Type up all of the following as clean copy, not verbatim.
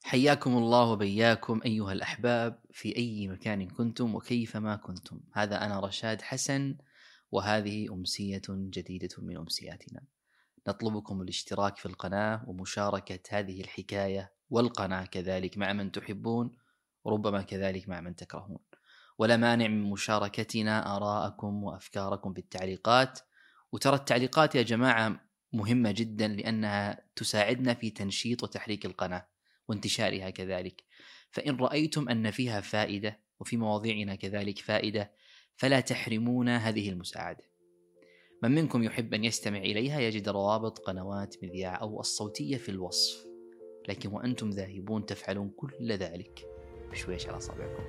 حياكم الله وبياكم أيها الأحباب في أي مكان كنتم وكيفما كنتم. هذا أنا رشاد حسن، وهذه أمسية جديدة من أمسياتنا. نطلبكم الاشتراك في القناة ومشاركة هذه الحكاية والقناة كذلك مع من تحبون، وربما كذلك مع من تكرهون. ولا مانع من مشاركتنا آراءكم وأفكاركم بالتعليقات. وترى التعليقات يا جماعة مهمة جدا، لأنها تساعدنا في تنشيط وتحريك القناة وانتشارها كذلك. فإن رأيتم أن فيها فائدة وفي مواضيعنا كذلك فائدة، فلا تحرمونا هذه المساعدة. من منكم يحب أن يستمع إليها يجد روابط قنوات مذياع أو الصوتية في الوصف، لكن وأنتم ذاهبون تفعلون كل ذلك بشويش على أصابعكم.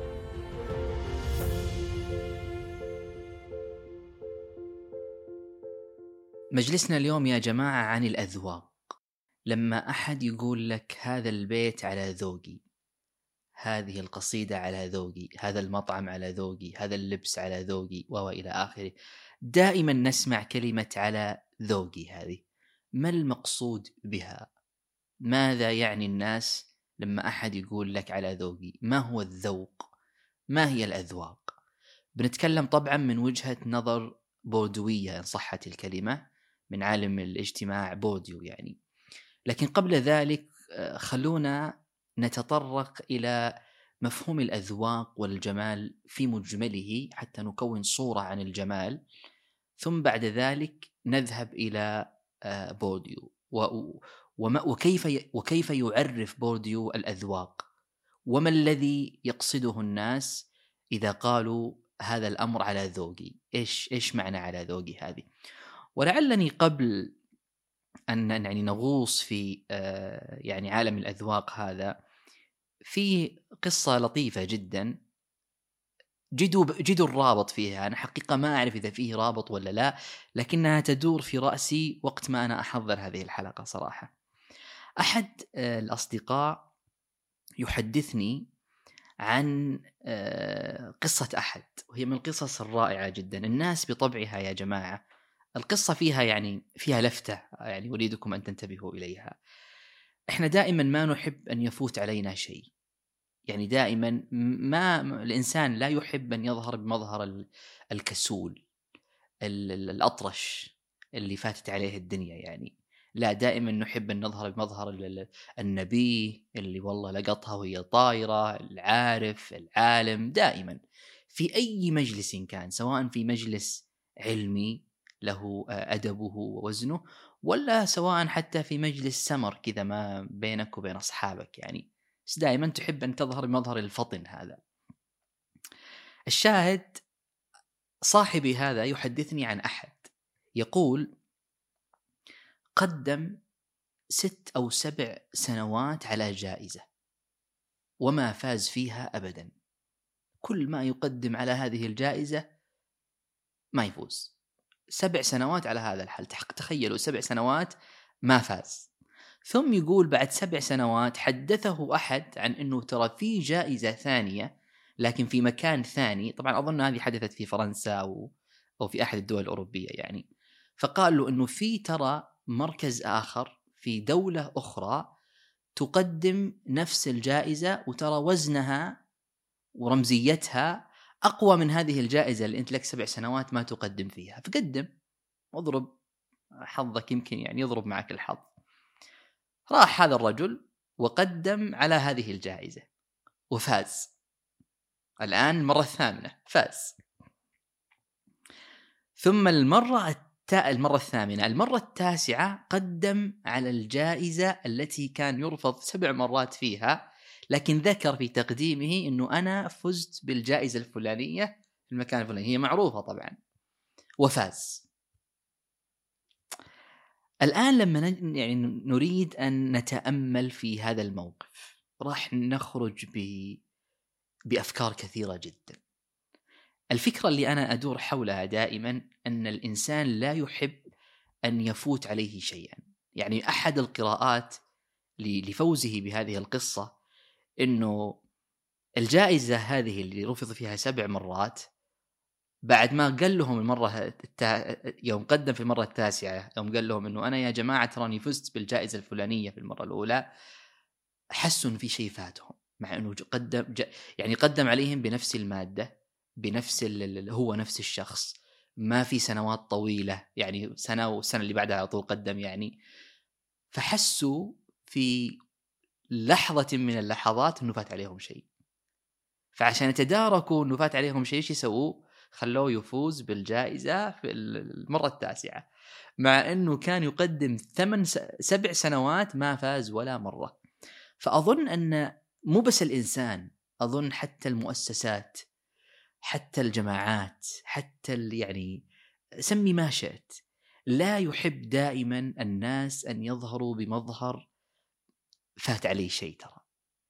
مجلسنا اليوم يا جماعة عن الأذواق. لما أحد يقول لك هذا البيت على ذوقي، هذه القصيدة على ذوقي، هذا المطعم على ذوقي، هذا اللبس على ذوقي وإلى آخره، دائما نسمع كلمة على ذوقي هذه. ما المقصود بها؟ ماذا يعني الناس لما أحد يقول لك على ذوقي؟ ما هو الذوق؟ ما هي الأذواق؟ بنتكلم طبعا من وجهة نظر بوردوية إن صحت الكلمة، من عالم الاجتماع بورديو يعني. لكن قبل ذلك خلونا نتطرق إلى مفهوم الأذواق والجمال في مجمله حتى نكون صورة عن الجمال، ثم بعد ذلك نذهب إلى بورديو وكيف يعرف بورديو الأذواق، وما الذي يقصده الناس إذا قالوا هذا الأمر على ذوقي. إيش معنى على ذوقي هذه؟ ولعلني قبل أن يعني نغوص في يعني عالم الأذواق هذا، في قصة لطيفة جدا جدوا الرابط فيها. أنا حقيقة ما أعرف إذا فيه رابط ولا لا، لكنها تدور في رأسي وقت ما أنا أحضر هذه الحلقة صراحة. أحد الأصدقاء يحدثني عن قصة أحد، وهي من القصص الرائعة جدا. الناس بطبعها يا جماعة القصة فيها يعني فيها لفتة، يعني أريدكم أن تنتبهوا إليها. إحنا دائما ما نحب أن يفوت علينا شيء، يعني دائما ما الإنسان لا يحب أن يظهر بمظهر الكسول الأطرش اللي فاتت عليه الدنيا يعني. لا، دائما نحب أن نظهر بمظهر النبي اللي والله لقطها وهي طايرة، العارف العالم. دائما في أي مجلس كان، سواء في مجلس علمي له أدبه ووزنه، ولا سواء حتى في مجلس سمر كذا ما بينك وبين أصحابك يعني، بس دائما تحب أن تظهر بمظهر الفطن هذا. الشاهد صاحبي هذا يحدثني عن أحد يقول قدم 6 أو 7 سنوات على جائزة وما فاز فيها أبدا. كل ما يقدم على هذه الجائزة ما يفوز. 7 سنوات على هذا الحال، تخيلوا 7 سنوات ما فاز. ثم يقول بعد 7 سنوات حدثه أحد عن أنه ترى في جائزة ثانية لكن في مكان ثاني. طبعا أظن هذه حدثت في فرنسا أو في أحد الدول الأوروبية يعني. فقال له أنه في ترى مركز آخر في دولة أخرى تقدم نفس الجائزة، وترى وزنها ورمزيتها أقوى من هذه الجائزة اللي أنت لك 7 سنوات ما تقدم فيها. فقدم، اضرب حظك يمكن يعني يضرب معك الحظ. راح هذا الرجل وقدم على هذه الجائزة وفاز. الآن المرة الثامنة فاز. ثم المرة الثامنة، المرة التاسعة قدم على الجائزة التي كان يرفض 7 مرات فيها، لكن ذكر في تقديمه أنه أنا فزت بالجائزة الفلانية في المكان الفلاني، هي معروفة طبعا، وفاز. الآن لما يعني نريد أن نتأمل في هذا الموقف، راح نخرج بأفكار كثيرة جدا. الفكرة اللي أنا أدور حولها دائما أن الإنسان لا يحب أن يفوت عليه شيئا. يعني أحد القراءات لفوزه بهذه القصة أنه الجائزة هذه اللي رفض فيها 7 مرات، بعد ما قال لهم المرة يوم قدم في المرة التاسعة، يوم قال لهم أنه أنا يا جماعة تراني فزت بالجائزة الفلانية في المرة الأولى، حسوا إن في شيء فاتهم، مع إنه يعني قدم عليهم بنفس المادة، بنفس هو نفس الشخص، ما في سنوات طويلة، يعني سنة والسنة اللي بعدها على طول قدم يعني. فحسوا في لحظة من اللحظات إنه فات عليهم شيء، فعشان يتداركوا إنه فات عليهم شيء إيش يسووا؟ خلوه يفوز بالجائزة في المرة 9، مع إنه كان يقدم 7 سنوات ما فاز ولا مرة. فأظن أن مو بس الإنسان، أظن حتى المؤسسات، حتى الجماعات، حتى يعني سمي ما شئت، لا يحب دائما الناس أن يظهروا بمظهر فات عليه شيء. ترى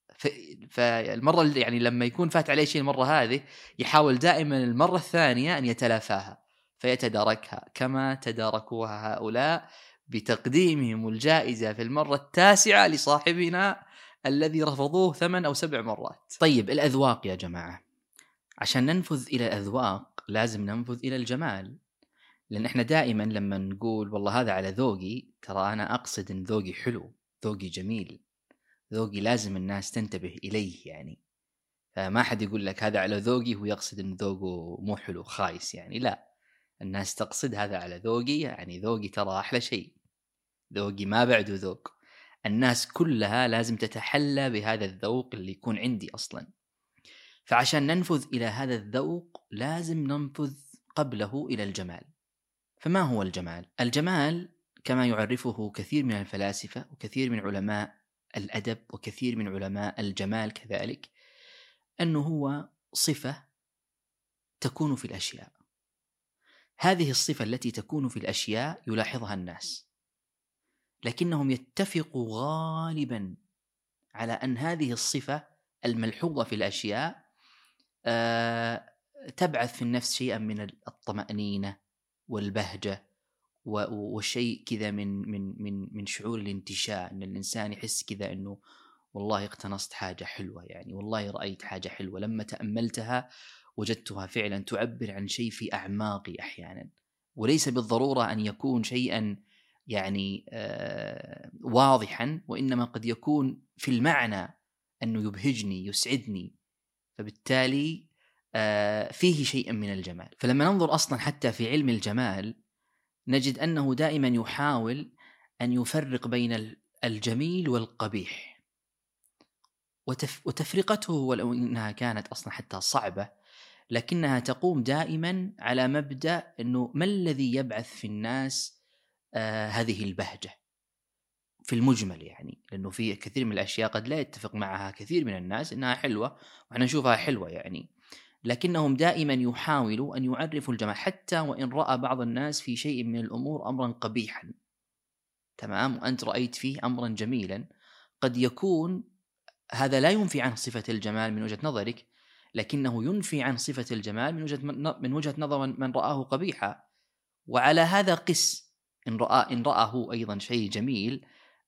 فالمرة يعني لما يكون فات عليه شيء المرة هذه، يحاول دائما المرة الثانية أن يتلافاها فيتداركها، كما تداركوها هؤلاء بتقديمهم الجائزة في المرة 9 لصاحبنا الذي رفضوه 8 أو 7 مرات. طيب الأذواق يا جماعة، عشان ننفذ إلى الأذواق لازم ننفذ إلى الجمال، لأن إحنا دائما لما نقول والله هذا على ذوقي، ترى أنا أقصد إن ذوقي حلو، ذوقي جميل، ذوقي لازم الناس تنتبه إليه يعني. فما حد يقول لك هذا على ذوقي هو يقصد إن ذوقه مو حلو خايس يعني، لا، الناس تقصد هذا على ذوقي يعني ذوقي ترى أحلى شيء، ذوقي ما بعده ذوق. الناس كلها لازم تتحلى بهذا الذوق اللي يكون عندي أصلا. فعشان ننفذ إلى هذا الذوق لازم ننفذ قبله إلى الجمال. فما هو الجمال؟ الجمال كما يعرفه كثير من الفلاسفة وكثير من علماء الأدب وكثير من علماء الجمال كذلك، أنه هو صفة تكون في الأشياء. هذه الصفة التي تكون في الأشياء يلاحظها الناس، لكنهم يتفقوا غالبا على أن هذه الصفة الملحوظة في الأشياء تبعث في النفس شيئا من الطمأنينة والبهجة والشيء كذا من شعور الانتشاء، أن الإنسان يحس كذا أنه والله اقتنصت حاجة حلوة، يعني والله رأيت حاجة حلوة لما تأملتها وجدتها فعلا تعبر عن شيء في أعماقي أحيانا، وليس بالضرورة أن يكون شيئا يعني واضحا، وإنما قد يكون في المعنى أنه يبهجني يسعدني، فبالتالي فيه شيء من الجمال. فلما ننظر أصلا حتى في علم الجمال نجد أنه دائما يحاول أن يفرق بين الجميل والقبيح، وتفرقته ولو أنها كانت أصلا حتى صعبة، لكنها تقوم دائما على مبدأ أنه ما الذي يبعث في الناس هذه البهجة في المجمل، يعني لأنه في كثير من الأشياء قد لا يتفق معها كثير من الناس إنها حلوة وإحنا نشوفها حلوة يعني، لكنهم دائما يحاولوا أن يعرفوا الجمال حتى وإن رأى بعض الناس في شيء من الأمور أمرا قبيحا، تمام، وأنت رأيت فيه أمرا جميلا، قد يكون هذا لا ينفي عن صفة الجمال من وجهة نظرك، لكنه ينفي عن صفة الجمال من وجهة نظر من رآه قبيحا. وعلى هذا قس، إن رآه أيضا شيء جميل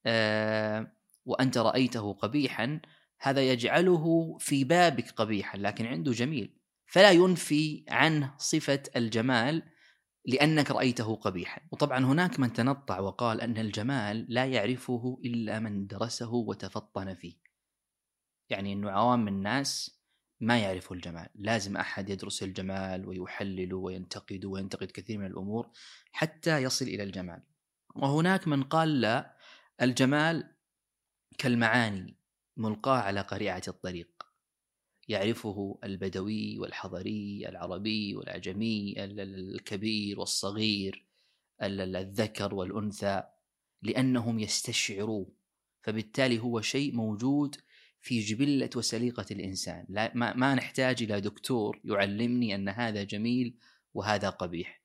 وأنت رأيته قبيحا، هذا يجعله في بابك قبيحا لكن عنده جميل، فلا ينفي عنه صفة الجمال لأنك رأيته قبيحا. وطبعا هناك من تنطع وقال أن الجمال لا يعرفه إلا من درسه وتفطن فيه، يعني أنه عوام الناس ما يعرفوا الجمال، لازم أحد يدرس الجمال ويحلل وينتقد وينتقد كثير من الأمور حتى يصل إلى الجمال. وهناك من قال لا، الجمال كالمعاني ملقاة على قريعة الطريق، يعرفه البدوي والحضري، العربي والعجمي، الكبير والصغير، الذكر والأنثى، لأنهم يستشعروا، فبالتالي هو شيء موجود في جبلة وسليقة الإنسان، ما نحتاج إلى دكتور يعلمني أن هذا جميل وهذا قبيح.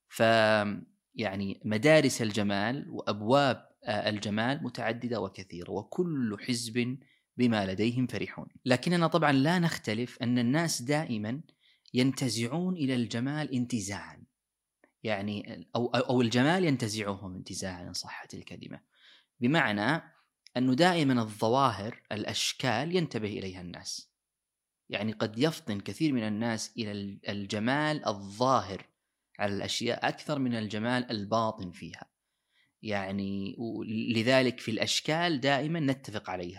يعني مدارس الجمال وأبواب الجمال متعددة وكثيرة، وكل حزب بما لديهم فرحون. لكننا طبعا لا نختلف أن الناس دائما ينتزعون إلى الجمال انتزاعا، يعني أو الجمال ينتزعهم انتزاعا إن صحت الكلمة، بمعنى أنه دائما الظواهر الأشكال ينتبه إليها الناس، يعني قد يفطن كثير من الناس إلى الجمال الظاهر على الأشياء أكثر من الجمال الباطن فيها، يعني لذلك في الأشكال دائما نتفق عليها،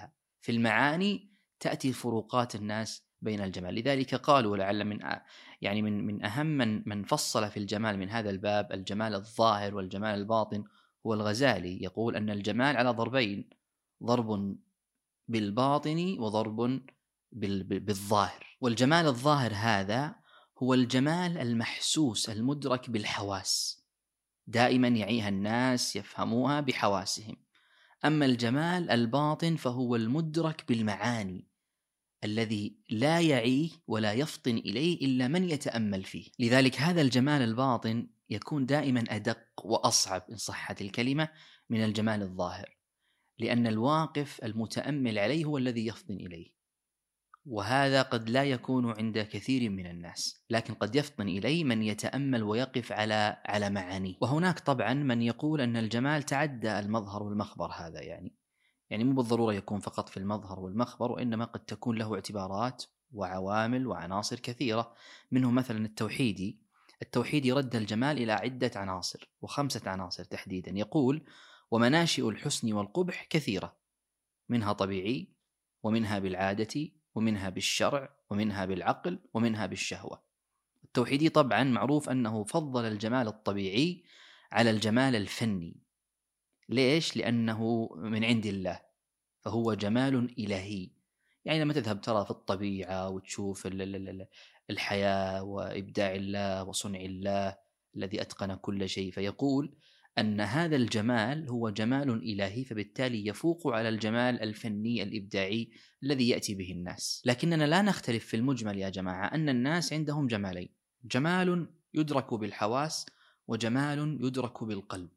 في المعاني تأتي فروقات الناس بين الجمال. لذلك قالوا لعل من أهم من فصل في الجمال من هذا الباب الجمال الظاهر والجمال الباطن هو الغزالي. يقول أن الجمال على ضربين: ضرب بالباطن وضرب بالظاهر. والجمال الظاهر هذا هو الجمال المحسوس المدرك بالحواس، دائما يعيها الناس يفهموها بحواسهم. أما الجمال الباطن فهو المدرك بالمعاني الذي لا يعيه ولا يفطن إليه إلا من يتأمل فيه. لذلك هذا الجمال الباطن يكون دائما أدق وأصعب إن صحت الكلمة من الجمال الظاهر، لأن الواقف المتأمل عليه هو الذي يفطن إليه، وهذا قد لا يكون عند كثير من الناس، لكن قد يفطن إليه من يتأمل ويقف على معانيه. وهناك طبعا من يقول أن الجمال تعدى المظهر والمخبر. هذا يعني مو بالضرورة يكون فقط في المظهر والمخبر، وإنما قد تكون له اعتبارات وعوامل وعناصر كثيرة. منه مثلا التوحيدي رد الجمال إلى عدة عناصر، و5 عناصر تحديدا. يقول: ومناشئ الحسن والقبح كثيرة، منها طبيعي، ومنها بالعادة، ومنها بالشرع، ومنها بالعقل، ومنها بالشهوة. التوحيدي طبعا معروف أنه فضل الجمال الطبيعي على الجمال الفني. ليش؟ لأنه من عند الله، فهو جمال إلهي. يعني لما تذهب ترى في الطبيعة وتشوف الحياة وإبداع الله وصنع الله الذي أتقن كل شيء، فيقول أن هذا الجمال هو جمال إلهي، فبالتالي يفوق على الجمال الفني الإبداعي الذي يأتي به الناس. لكننا لا نختلف في المجمل يا جماعة، أن الناس عندهم جمالين: جمال يدرك بالحواس، وجمال يدرك بالقلب.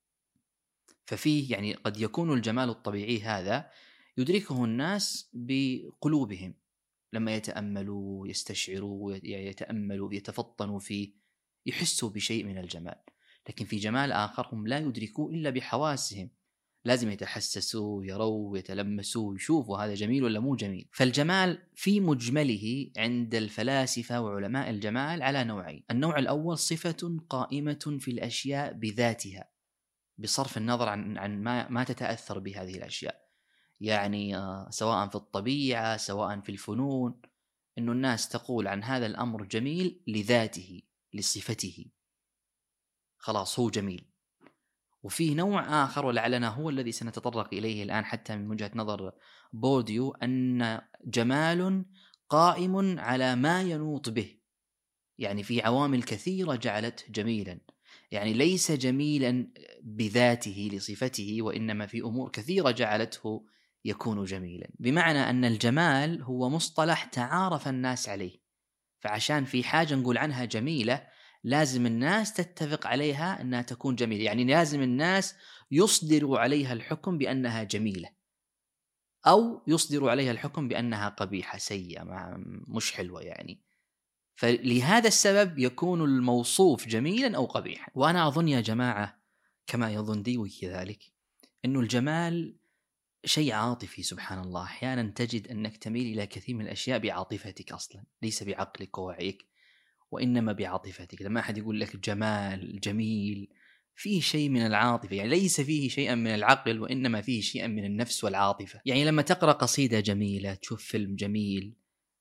ففيه يعني قد يكون الجمال الطبيعي هذا يدركه الناس بقلوبهم لما يتأملوا، يستشعروا، يتأملوا، يتفطنوا فيه، يحسوا بشيء من الجمال. لكن في جمال آخر هم لا يدركوا إلا بحواسهم، لازم يتحسسوا، يروا، يتلمسوا، يشوفوا هذا جميل ولا مو جميل. فالجمال في مجمله عند الفلاسفة وعلماء الجمال على نوعين: النوع الأول صفة قائمة في الأشياء بذاتها، بصرف النظر عن ما تتأثر بهذه الأشياء، يعني سواء في الطبيعة سواء في الفنون، إنه الناس تقول عن هذا الأمر جميل لذاته لصفته، خلاص هو جميل. وفيه نوع آخر ولعلنا هو الذي سنتطرق إليه الآن حتى من وجهة نظر بورديو، أن جمال قائم على ما ينوط به، يعني في عوامل كثيرة جعلته جميلا، يعني ليس جميلا بذاته لصفته، وإنما في أمور كثيرة جعلته يكون جميلا. بمعنى أن الجمال هو مصطلح تعارف الناس عليه، فعشان في حاجة نقول عنها جميلة لازم الناس تتفق عليها أنها تكون جميلة، يعني لازم الناس يصدروا عليها الحكم بأنها جميلة، أو يصدروا عليها الحكم بأنها قبيحة سيئة مش حلوة يعني. فلهذا السبب يكون الموصوف جميلا أو قبيحا. وأنا أظن يا جماعة كما يظن ديوي كذلك أنه الجمال شيء عاطفي. سبحان الله، أحيانا تجد أنك تميل إلى كثير من الأشياء بعاطفتك أصلا، ليس بعقلك ووعيك، وإنما بعاطفتك. لما أحد يقول لك جمال جميل فيه شيء من العاطفة، يعني ليس فيه شيئا من العقل، وإنما فيه شيئا من النفس والعاطفة. يعني لما تقرأ قصيدة جميلة، تشوف فيلم جميل،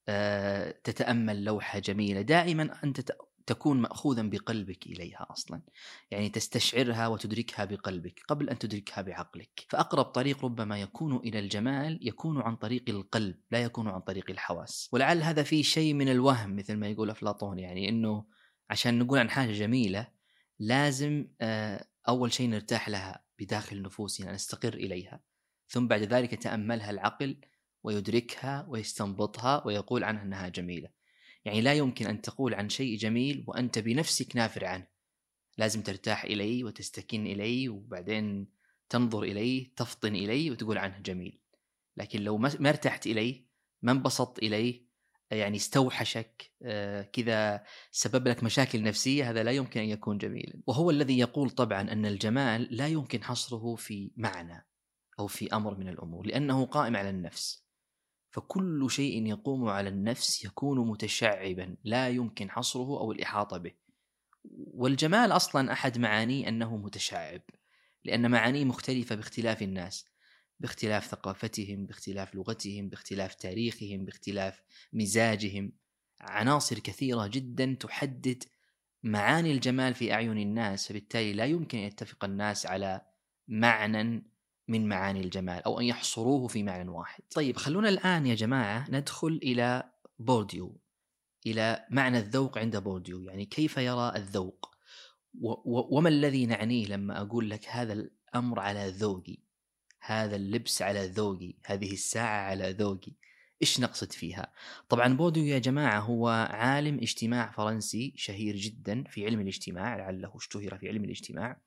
تتأمل لوحة جميلة، دائما أنت تكون مأخوذا بقلبك إليها أصلا، يعني تستشعرها وتدركها بقلبك قبل أن تدركها بعقلك. فأقرب طريق ربما يكون إلى الجمال يكون عن طريق القلب، لا يكون عن طريق الحواس. ولعل هذا فيه شيء من الوهم، مثل ما يقول أفلاطون، يعني أنه عشان نقول عن حاجة جميلة لازم أول شيء نرتاح لها بداخل نفوسنا، نستقر إليها، ثم بعد ذلك تأملها العقل ويدركها ويستنبطها ويقول عنها أنها جميلة. يعني لا يمكن أن تقول عن شيء جميل وأنت بنفسك نافر عنه، لازم ترتاح إليه وتستكين إليه، وبعدين تنظر إليه، تفطن إليه، وتقول عنه جميل. لكن لو ما ارتحت إليه، ما انبسطت إليه، يعني استوحشك كذا، سبب لك مشاكل نفسية، هذا لا يمكن أن يكون جميلا. وهو الذي يقول طبعا أن الجمال لا يمكن حصره في معنى أو في أمر من الأمور، لأنه قائم على النفس، فكل شيء يقوم على النفس يكون متشعبا لا يمكن حصره أو الإحاطة به. والجمال أصلا أحد معانيه أنه متشعب، لأن معانيه مختلفة باختلاف الناس. باختلاف ثقافتهم، باختلاف لغتهم، باختلاف تاريخهم، باختلاف مزاجهم. عناصر كثيرة جدا تحدد معاني الجمال في أعين الناس، فبالتالي لا يمكن أن يتفق الناس على معنى من معاني الجمال أو أن يحصروه في معنى واحد. طيب خلونا الآن يا جماعة ندخل إلى بورديو، إلى معنى الذوق عند بورديو، يعني كيف يرى الذوق وما الذي نعنيه لما أقول لك هذا الأمر على ذوقي، هذا اللبس على ذوقي، هذه الساعة على ذوقي، إيش نقصد فيها؟ طبعا بورديو يا جماعة هو عالم اجتماع فرنسي شهير جدا في علم الاجتماع، لعله اشتهر في علم الاجتماع،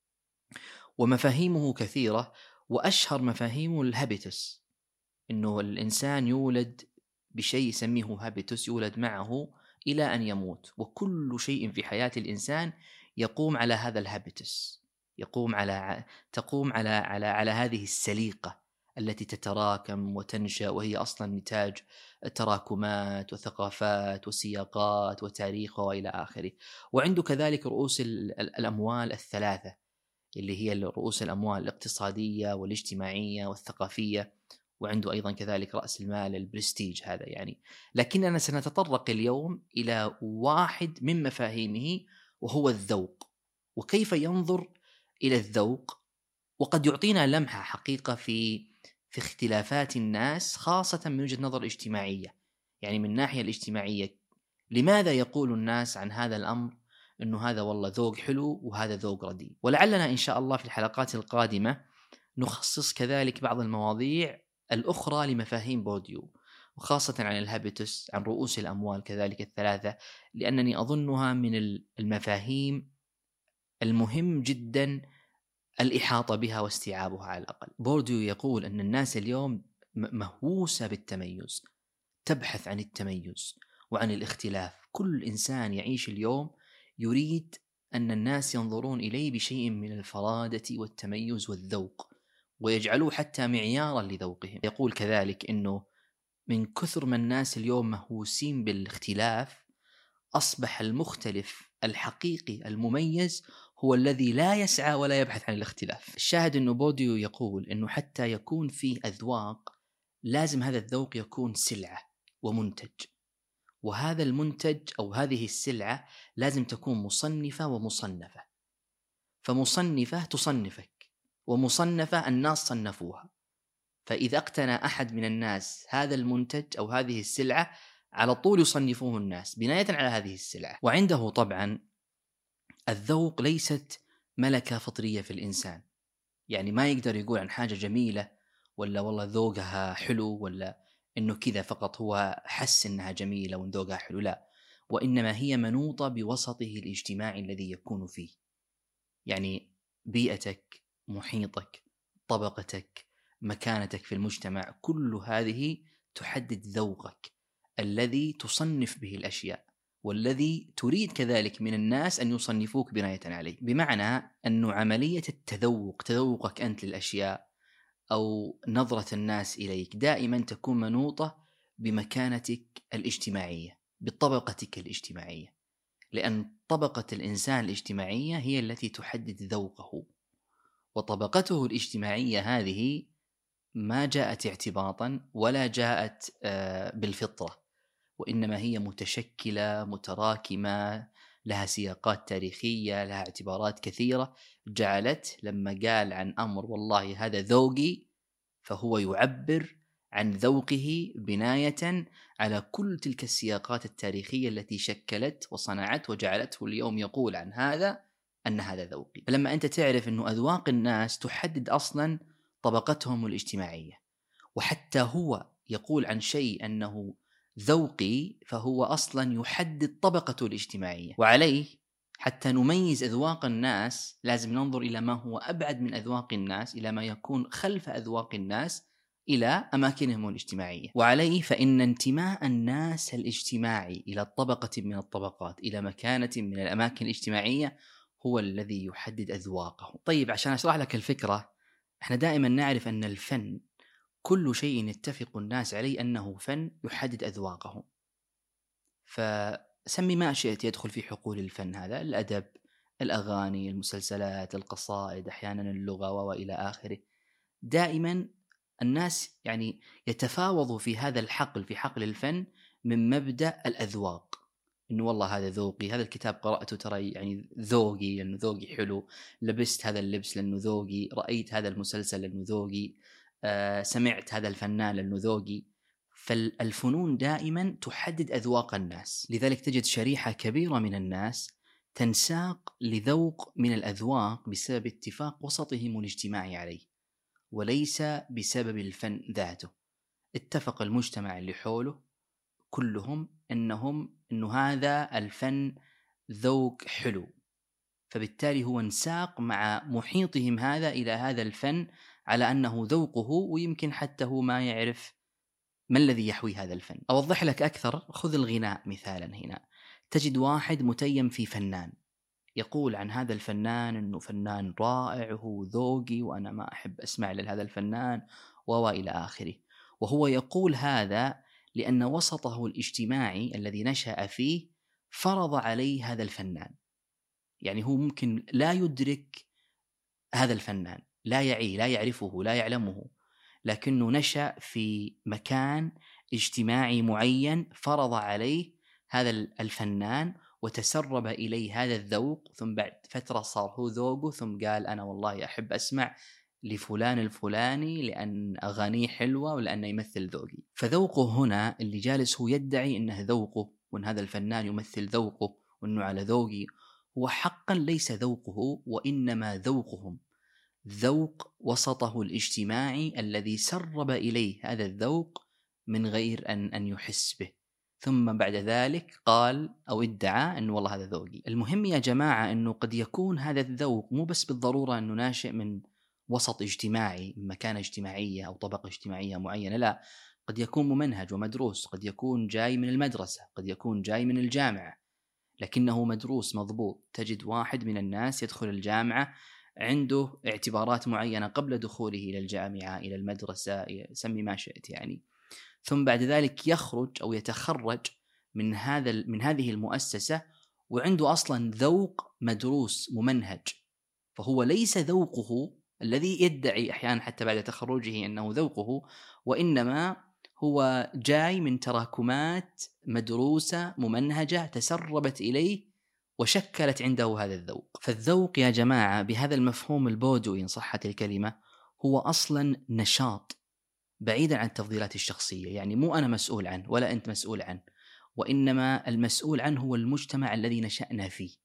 ومفاهيمه كثيرة، وأشهر مفاهيمه الهابيتس، إنه الإنسان يولد بشيء يسميه هابيتس، يولد معه إلى أن يموت، وكل شيء في حياة الإنسان يقوم على هذا الهابيتس، تقوم على هذه السليقة التي تتراكم وتنشأ، وهي أصلا نتاج تراكمات وثقافات وسياقات وتاريخ وإلى آخره. وعنده كذلك رؤوس الأموال الثلاثة، اللي هي رؤوس الأموال الاقتصادية والاجتماعية والثقافية، وعنده أيضا كذلك رأس المال البرستيج هذا يعني. لكننا سنتطرق اليوم إلى واحد من مفاهيمه، وهو الذوق، وكيف ينظر إلى الذوق، وقد يعطينا لمحة حقيقة في اختلافات الناس، خاصة من وجهة نظر اجتماعية، يعني من الناحية الاجتماعية لماذا يقول الناس عن هذا الأمر أنه هذا والله ذوق حلو وهذا ذوق رديء. ولعلنا إن شاء الله في الحلقات القادمة نخصص كذلك بعض المواضيع الأخرى لمفاهيم بورديو، وخاصة عن الهابيتس، عن رؤوس الأموال كذلك الثلاثة، لأنني أظنها من المفاهيم المهم جدا الإحاطة بها واستيعابها على الأقل. بورديو يقول أن الناس اليوم مهووسة بالتميز، تبحث عن التميز وعن الاختلاف. كل إنسان يعيش اليوم يريد أن الناس ينظرون إليه بشيء من الفرادة والتميز والذوق، ويجعلوه حتى معيارا لذوقهم. يقول كذلك أنه من كثر ما الناس اليوم مهووسين بالاختلاف، أصبح المختلف الحقيقي المميز هو الذي لا يسعى ولا يبحث عن الاختلاف. الشاهد أنه بورديو يقول أنه حتى يكون فيه أذواق لازم هذا الذوق يكون سلعة ومنتج، وهذا المنتج أو هذه السلعة لازم تكون مصنفة ومصنفة، فمصنفة تصنفك، ومصنفة الناس صنفوها، فإذا اقتنى أحد من الناس هذا المنتج أو هذه السلعة على طول يصنفوه الناس بناية على هذه السلعة. وعنده طبعا الذوق ليست ملكة فطرية في الإنسان، يعني ما يقدر يقول عن حاجة جميلة ولا والله ذوقها حلو، ولا إنه كذا فقط هو حس إنها جميلة وإن ذوقها حلو، لا، وإنما هي منوطة بوسطه الاجتماعي الذي يكون فيه، يعني بيئتك، محيطك، طبقتك، مكانتك في المجتمع، كل هذه تحدد ذوقك الذي تصنف به الأشياء، والذي تريد كذلك من الناس أن يصنفوك بناية عليه. بمعنى أنه عملية التذوق، تذوقك أنت للأشياء أو نظرة الناس إليك، دائما تكون منوطة بمكانتك الاجتماعية، بطبقتك الاجتماعية، لأن طبقة الإنسان الاجتماعية هي التي تحدد ذوقه، وطبقته الاجتماعية هذه ما جاءت اعتباطا ولا جاءت بالفطرة، وإنما هي متشكلة متراكمة، لها سياقات تاريخية، لها اعتبارات كثيرة جعلت لما قال عن أمر والله هذا ذوقي، فهو يعبر عن ذوقه بناية على كل تلك السياقات التاريخية التي شكلت وصنعت وجعلته اليوم يقول عن هذا أن هذا ذوقي. فلما أنت تعرف أنه أذواق الناس تحدد أصلا طبقتهم الاجتماعية، وحتى هو يقول عن شيء أنه ذوقي، فهو أصلا يحدد طبقته الاجتماعية، وعليه حتى نميز أذواق الناس لازم ننظر إلى ما هو أبعد من أذواق الناس، إلى ما يكون خلف أذواق الناس، إلى أماكنهم الاجتماعية. وعليه فإن انتماء الناس الاجتماعي إلى طبقة من الطبقات، إلى مكانة من الأماكن الاجتماعية، هو الذي يحدد أذواقهم. طيب عشان أشرح لك الفكرة، احنا دائما نعرف أن الفن كل شيء يتفق الناس عليه أنه فن يحدد أذواقهم، فسمي ما شئت يدخل في حقول الفن هذا، الأدب، الأغاني، المسلسلات، القصائد، أحيانا اللغة وإلى آخره. دائما الناس يعني يتفاوضوا في هذا الحقل، في حقل الفن، من مبدأ الأذواق، إنه والله هذا ذوقي، هذا الكتاب قرأته ترى يعني ذوقي لأنه ذوقي حلو، لبست هذا اللبس لأنه ذوقي، رأيت هذا المسلسل لأنه ذوقي، سمعت هذا الفنان لأنه ذوقي. فالفنون دائما تحدد أذواق الناس، لذلك تجد شريحة كبيرة من الناس تنساق لذوق من الأذواق بسبب اتفاق وسطهم الاجتماعي عليه، وليس بسبب الفن ذاته. اتفق المجتمع اللي حوله كلهم إنه هذا الفن ذوق حلو، فبالتالي هو انساق مع محيطهم هذا إلى هذا الفن على أنه ذوقه، ويمكن حتى هو ما يعرف ما الذي يحوي هذا الفن. أوضح لك أكثر، خذ الغناء مثالا. هنا تجد واحد متيم في فنان يقول عن هذا الفنان أنه فنان رائع وهو ذوقي وأنا ما أحب أسمع لهذا الفنان وإلى آخره. وهو يقول هذا لأن وسطه الاجتماعي الذي نشأ فيه فرض عليه هذا الفنان. يعني هو ممكن لا يدرك هذا الفنان، لا يعيه، لا يعرفه، لا يعلمه، لكنه نشأ في مكان اجتماعي معين فرض عليه هذا الفنان وتسرب إليه هذا الذوق، ثم بعد فترة صار هو ذوقه، ثم قال أنا والله أحب أسمع لفلان الفلاني لأن أغانيه حلوة ولأنه يمثل ذوقي. فذوقه هنا اللي جالس هو يدعي أنه ذوقه وأن هذا الفنان يمثل ذوقه وأنه على ذوقي، هو حقا ليس ذوقه، وإنما ذوقهم، ذوق وسطه الاجتماعي الذي سرب إليه هذا الذوق من غير أن يحس به، ثم بعد ذلك قال أو ادعى أنه والله هذا ذوقي. المهم يا جماعة أنه قد يكون هذا الذوق مو بس بالضرورة أنه ناشئ من وسط اجتماعي، من مكانة اجتماعية أو طبقة اجتماعية معينة، لا، قد يكون ممنهج ومدروس، قد يكون جاي من المدرسة، قد يكون جاي من الجامعة، لكنه مدروس مضبوط. تجد واحد من الناس يدخل الجامعة عنده اعتبارات معينة قبل دخوله إلى الجامعة، إلى المدرسة، سمي ما شئت يعني، ثم بعد ذلك يخرج أو يتخرج من هذه المؤسسة وعنده أصلا ذوق مدروس ممنهج. فهو ليس ذوقه الذي يدعي أحيانا حتى بعد تخرجه أنه ذوقه، وإنما هو جاي من تراكمات مدروسة ممنهجة تسربت إليه وشكلت عنده هذا الذوق. فالذوق يا جماعة بهذا المفهوم البودوي إن صحت الكلمة هو أصلا نشاط بعيدا عن التفضيلات الشخصية، يعني مو أنا مسؤول عنه ولا أنت مسؤول عنه، وإنما المسؤول عنه هو المجتمع الذي نشأنا فيه.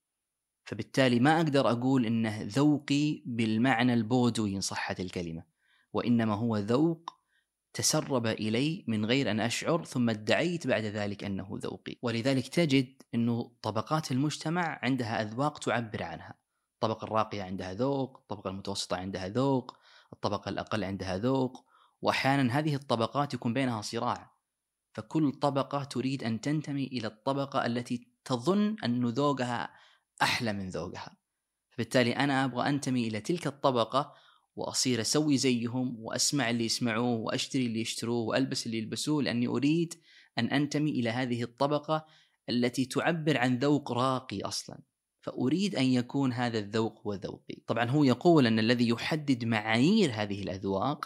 فبالتالي ما أقدر أقول إنه ذوقي بالمعنى البودوي إن صحت الكلمة، وإنما هو ذوق تسرب إلي من غير أن أشعر، ثم ادعيت بعد ذلك أنه ذوقي. ولذلك تجد أنه طبقات المجتمع عندها أذواق تعبر عنها. الطبقة الراقية عندها ذوق، الطبقة المتوسطة عندها ذوق، الطبقة الأقل عندها ذوق، وأحيانا هذه الطبقات يكون بينها صراع، فكل طبقة تريد أن تنتمي إلى الطبقة التي تظن أن ذوقها أحلى من ذوقها. فبالتالي أنا أبغى أنتمي إلى تلك الطبقة وأصير أسوي زيهم وأسمع اللي يسمعوه وأشتري اللي يشتروه وألبس اللي يلبسوه، لأني أريد أن أنتمي إلى هذه الطبقة التي تعبر عن ذوق راقي أصلا، فأريد أن يكون هذا الذوق هو ذوقي. طبعا هو يقول أن الذي يحدد معايير هذه الأذواق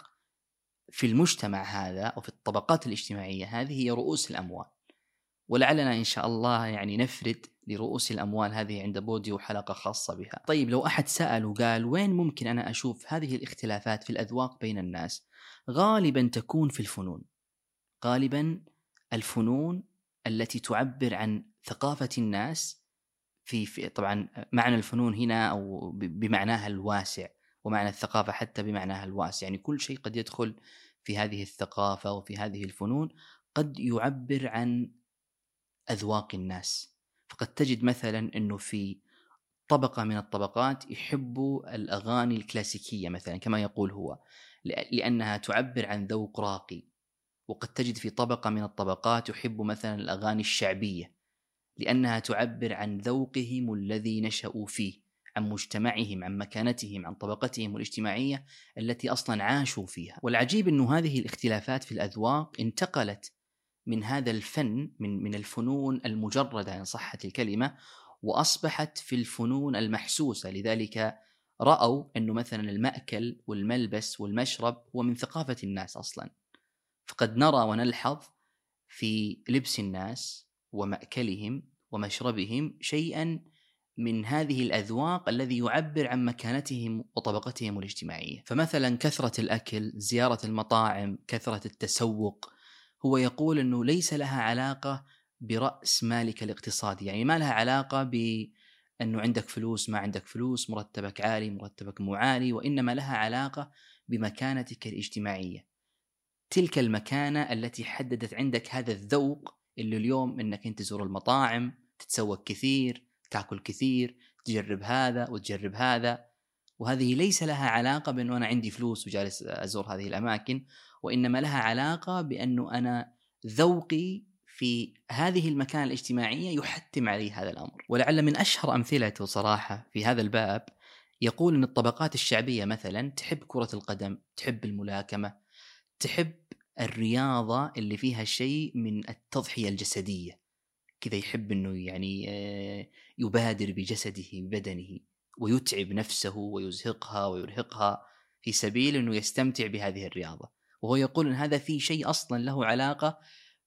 في المجتمع هذا أو في الطبقات الاجتماعية هذه هي رؤوس الأموال، ولعلنا إن شاء الله يعني نفرد لرؤوس الأموال هذه عند بوديو حلقة خاصة بها. طيب لو أحد سأل وقال وين ممكن أنا أشوف هذه الاختلافات في الأذواق بين الناس؟ غالبا تكون في الفنون، غالبا الفنون التي تعبر عن ثقافة الناس في طبعا معنى الفنون هنا أو بمعناها الواسع، ومعنى الثقافة حتى بمعناها الواسع، يعني كل شيء قد يدخل في هذه الثقافة وفي هذه الفنون قد يعبر عن أذواق الناس. فقد تجد مثلا أنه في طبقة من الطبقات يحبوا الأغاني الكلاسيكية مثلا كما يقول هو، لأنها تعبر عن ذوق راقي. وقد تجد في طبقة من الطبقات يحب مثلا الأغاني الشعبية لأنها تعبر عن ذوقهم الذي نشأوا فيه، عن مجتمعهم، عن مكانتهم، عن طبقتهم الاجتماعية التي أصلا عاشوا فيها. والعجيب أنه هذه الاختلافات في الأذواق انتقلت من هذا الفن من الفنون المجردة إن صحت الكلمة، وأصبحت في الفنون المحسوسة. لذلك رأوا أنه مثلا المأكل والملبس والمشرب هو من ثقافة الناس أصلا. فقد نرى ونلحظ في لبس الناس ومأكلهم ومشربهم شيئا من هذه الأذواق الذي يعبر عن مكانتهم وطبقتهم الاجتماعية. فمثلا كثرة الأكل، زيارة المطاعم، كثرة التسوق، هو يقول أنه ليس لها علاقة برأس مالك الاقتصادي، يعني ما لها علاقة بأنه عندك فلوس ما عندك فلوس، مرتبك عالي مرتبك مو عالي، وإنما لها علاقة بمكانتك الاجتماعية. تلك المكانة التي حددت عندك هذا الذوق اللي اليوم إنك أنت تزور المطاعم، تتسوق كثير، تأكل كثير، تجرب هذا وتجرب هذا. وهذه ليس لها علاقة بأنه أنا عندي فلوس وجالس أزور هذه الأماكن، وإنما لها علاقة بأنه أنا ذوقي في هذه المكانة الاجتماعية يحتم علي هذا الأمر. ولعل من أشهر أمثلته صراحة في هذا الباب يقول أن الطبقات الشعبية مثلا تحب كرة القدم، تحب الملاكمة، تحب الرياضة اللي فيها شيء من التضحية الجسدية، كذا يحب أنه يعني يبادر بجسده ببدنه ويتعب نفسه ويزهقها ويرهقها في سبيل أنه يستمتع بهذه الرياضة. وهو يقول أن هذا فيه شيء أصلا له علاقة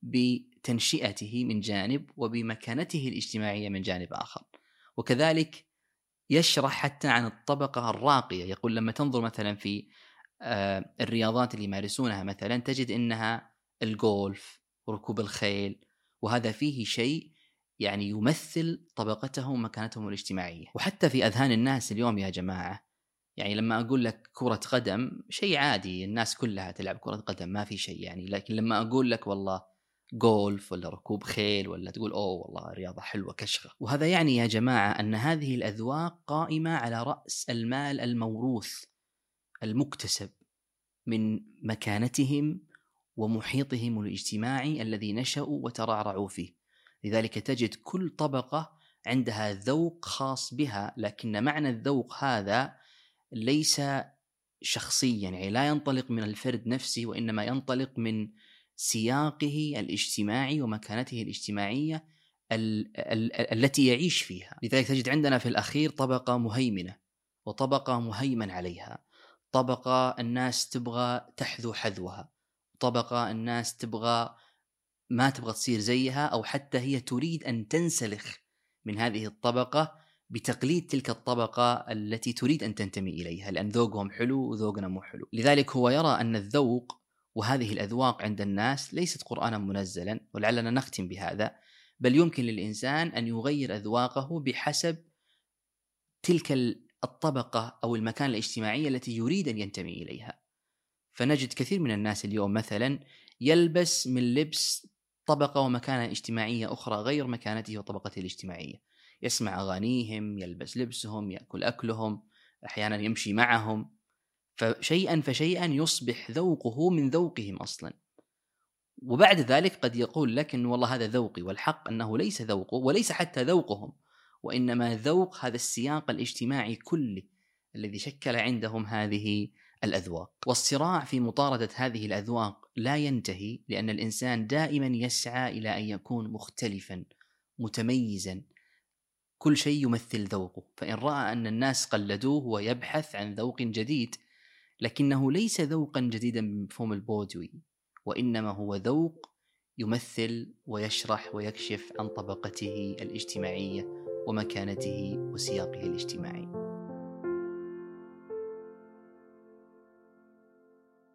بتنشئته من جانب وبمكانته الاجتماعية من جانب آخر. وكذلك يشرح حتى عن الطبقة الراقية، يقول لما تنظر مثلا في الرياضات اللي يمارسونها مثلا تجد إنها الجولف وركوب الخيل، وهذا فيه شيء يعني يمثل طبقتهم ومكانتهم الاجتماعية. وحتى في أذهان الناس اليوم يا جماعة، يعني لما أقول لك كرة قدم شيء عادي، الناس كلها تلعب كرة قدم ما في شيء يعني، لكن لما أقول لك والله جولف ولا ركوب خيل ولا تقول أوه والله رياضة حلوة كشخة. وهذا يعني يا جماعة أن هذه الأذواق قائمة على رأس المال الموروث المكتسب من مكانتهم ومحيطهم الاجتماعي الذي نشأوا وترعرعوا فيه. لذلك تجد كل طبقة عندها ذوق خاص بها، لكن معنى الذوق هذا ليس شخصيا، يعني لا ينطلق من الفرد نفسه، وإنما ينطلق من سياقه الاجتماعي ومكانته الاجتماعية التي يعيش فيها. لذلك تجد عندنا في الأخير طبقة مهيمنة وطبقة مهيمن عليها، طبقة الناس تبغى تحذو حذوها، طبقة الناس ما تبغى تصير زيها، أو حتى هي تريد أن تنسلخ من هذه الطبقة بتقليد تلك الطبقة التي تريد أن تنتمي إليها، لأن ذوقهم حلو وذوقنا مو حلو. لذلك هو يرى أن الذوق وهذه الأذواق عند الناس ليست قرآنا منزلا، ولعلنا نختم بهذا، بل يمكن للإنسان أن يغير أذواقه بحسب تلك الطبقة أو المكان الاجتماعي التي يريد أن ينتمي إليها. فنجد كثير من الناس اليوم مثلا يلبس من لبس طبقة ومكانة اجتماعية أخرى غير مكانته وطبقته الاجتماعية، يسمع أغانيهم، يلبس لبسهم، يأكل أكلهم، أحيانا يمشي معهم، فشيئا فشيئا يصبح ذوقه من ذوقهم أصلا. وبعد ذلك قد يقول لك إن والله هذا ذوقي، والحق أنه ليس ذوقه وليس حتى ذوقهم، وإنما ذوق هذا السياق الاجتماعي كله الذي شكل عندهم هذه الأذواق. والصراع في مطاردة هذه الأذواق لا ينتهي، لأن الإنسان دائما يسعى إلى أن يكون مختلفا متميزا، كل شيء يمثل ذوقه. فإن رأى أن الناس قلدوه ويبحث عن ذوق جديد، لكنه ليس ذوقا جديدا بمفهوم البودوي، وإنما هو ذوق يمثل ويشرح ويكشف عن طبقته الاجتماعية ومكانته وسياقه الاجتماعي.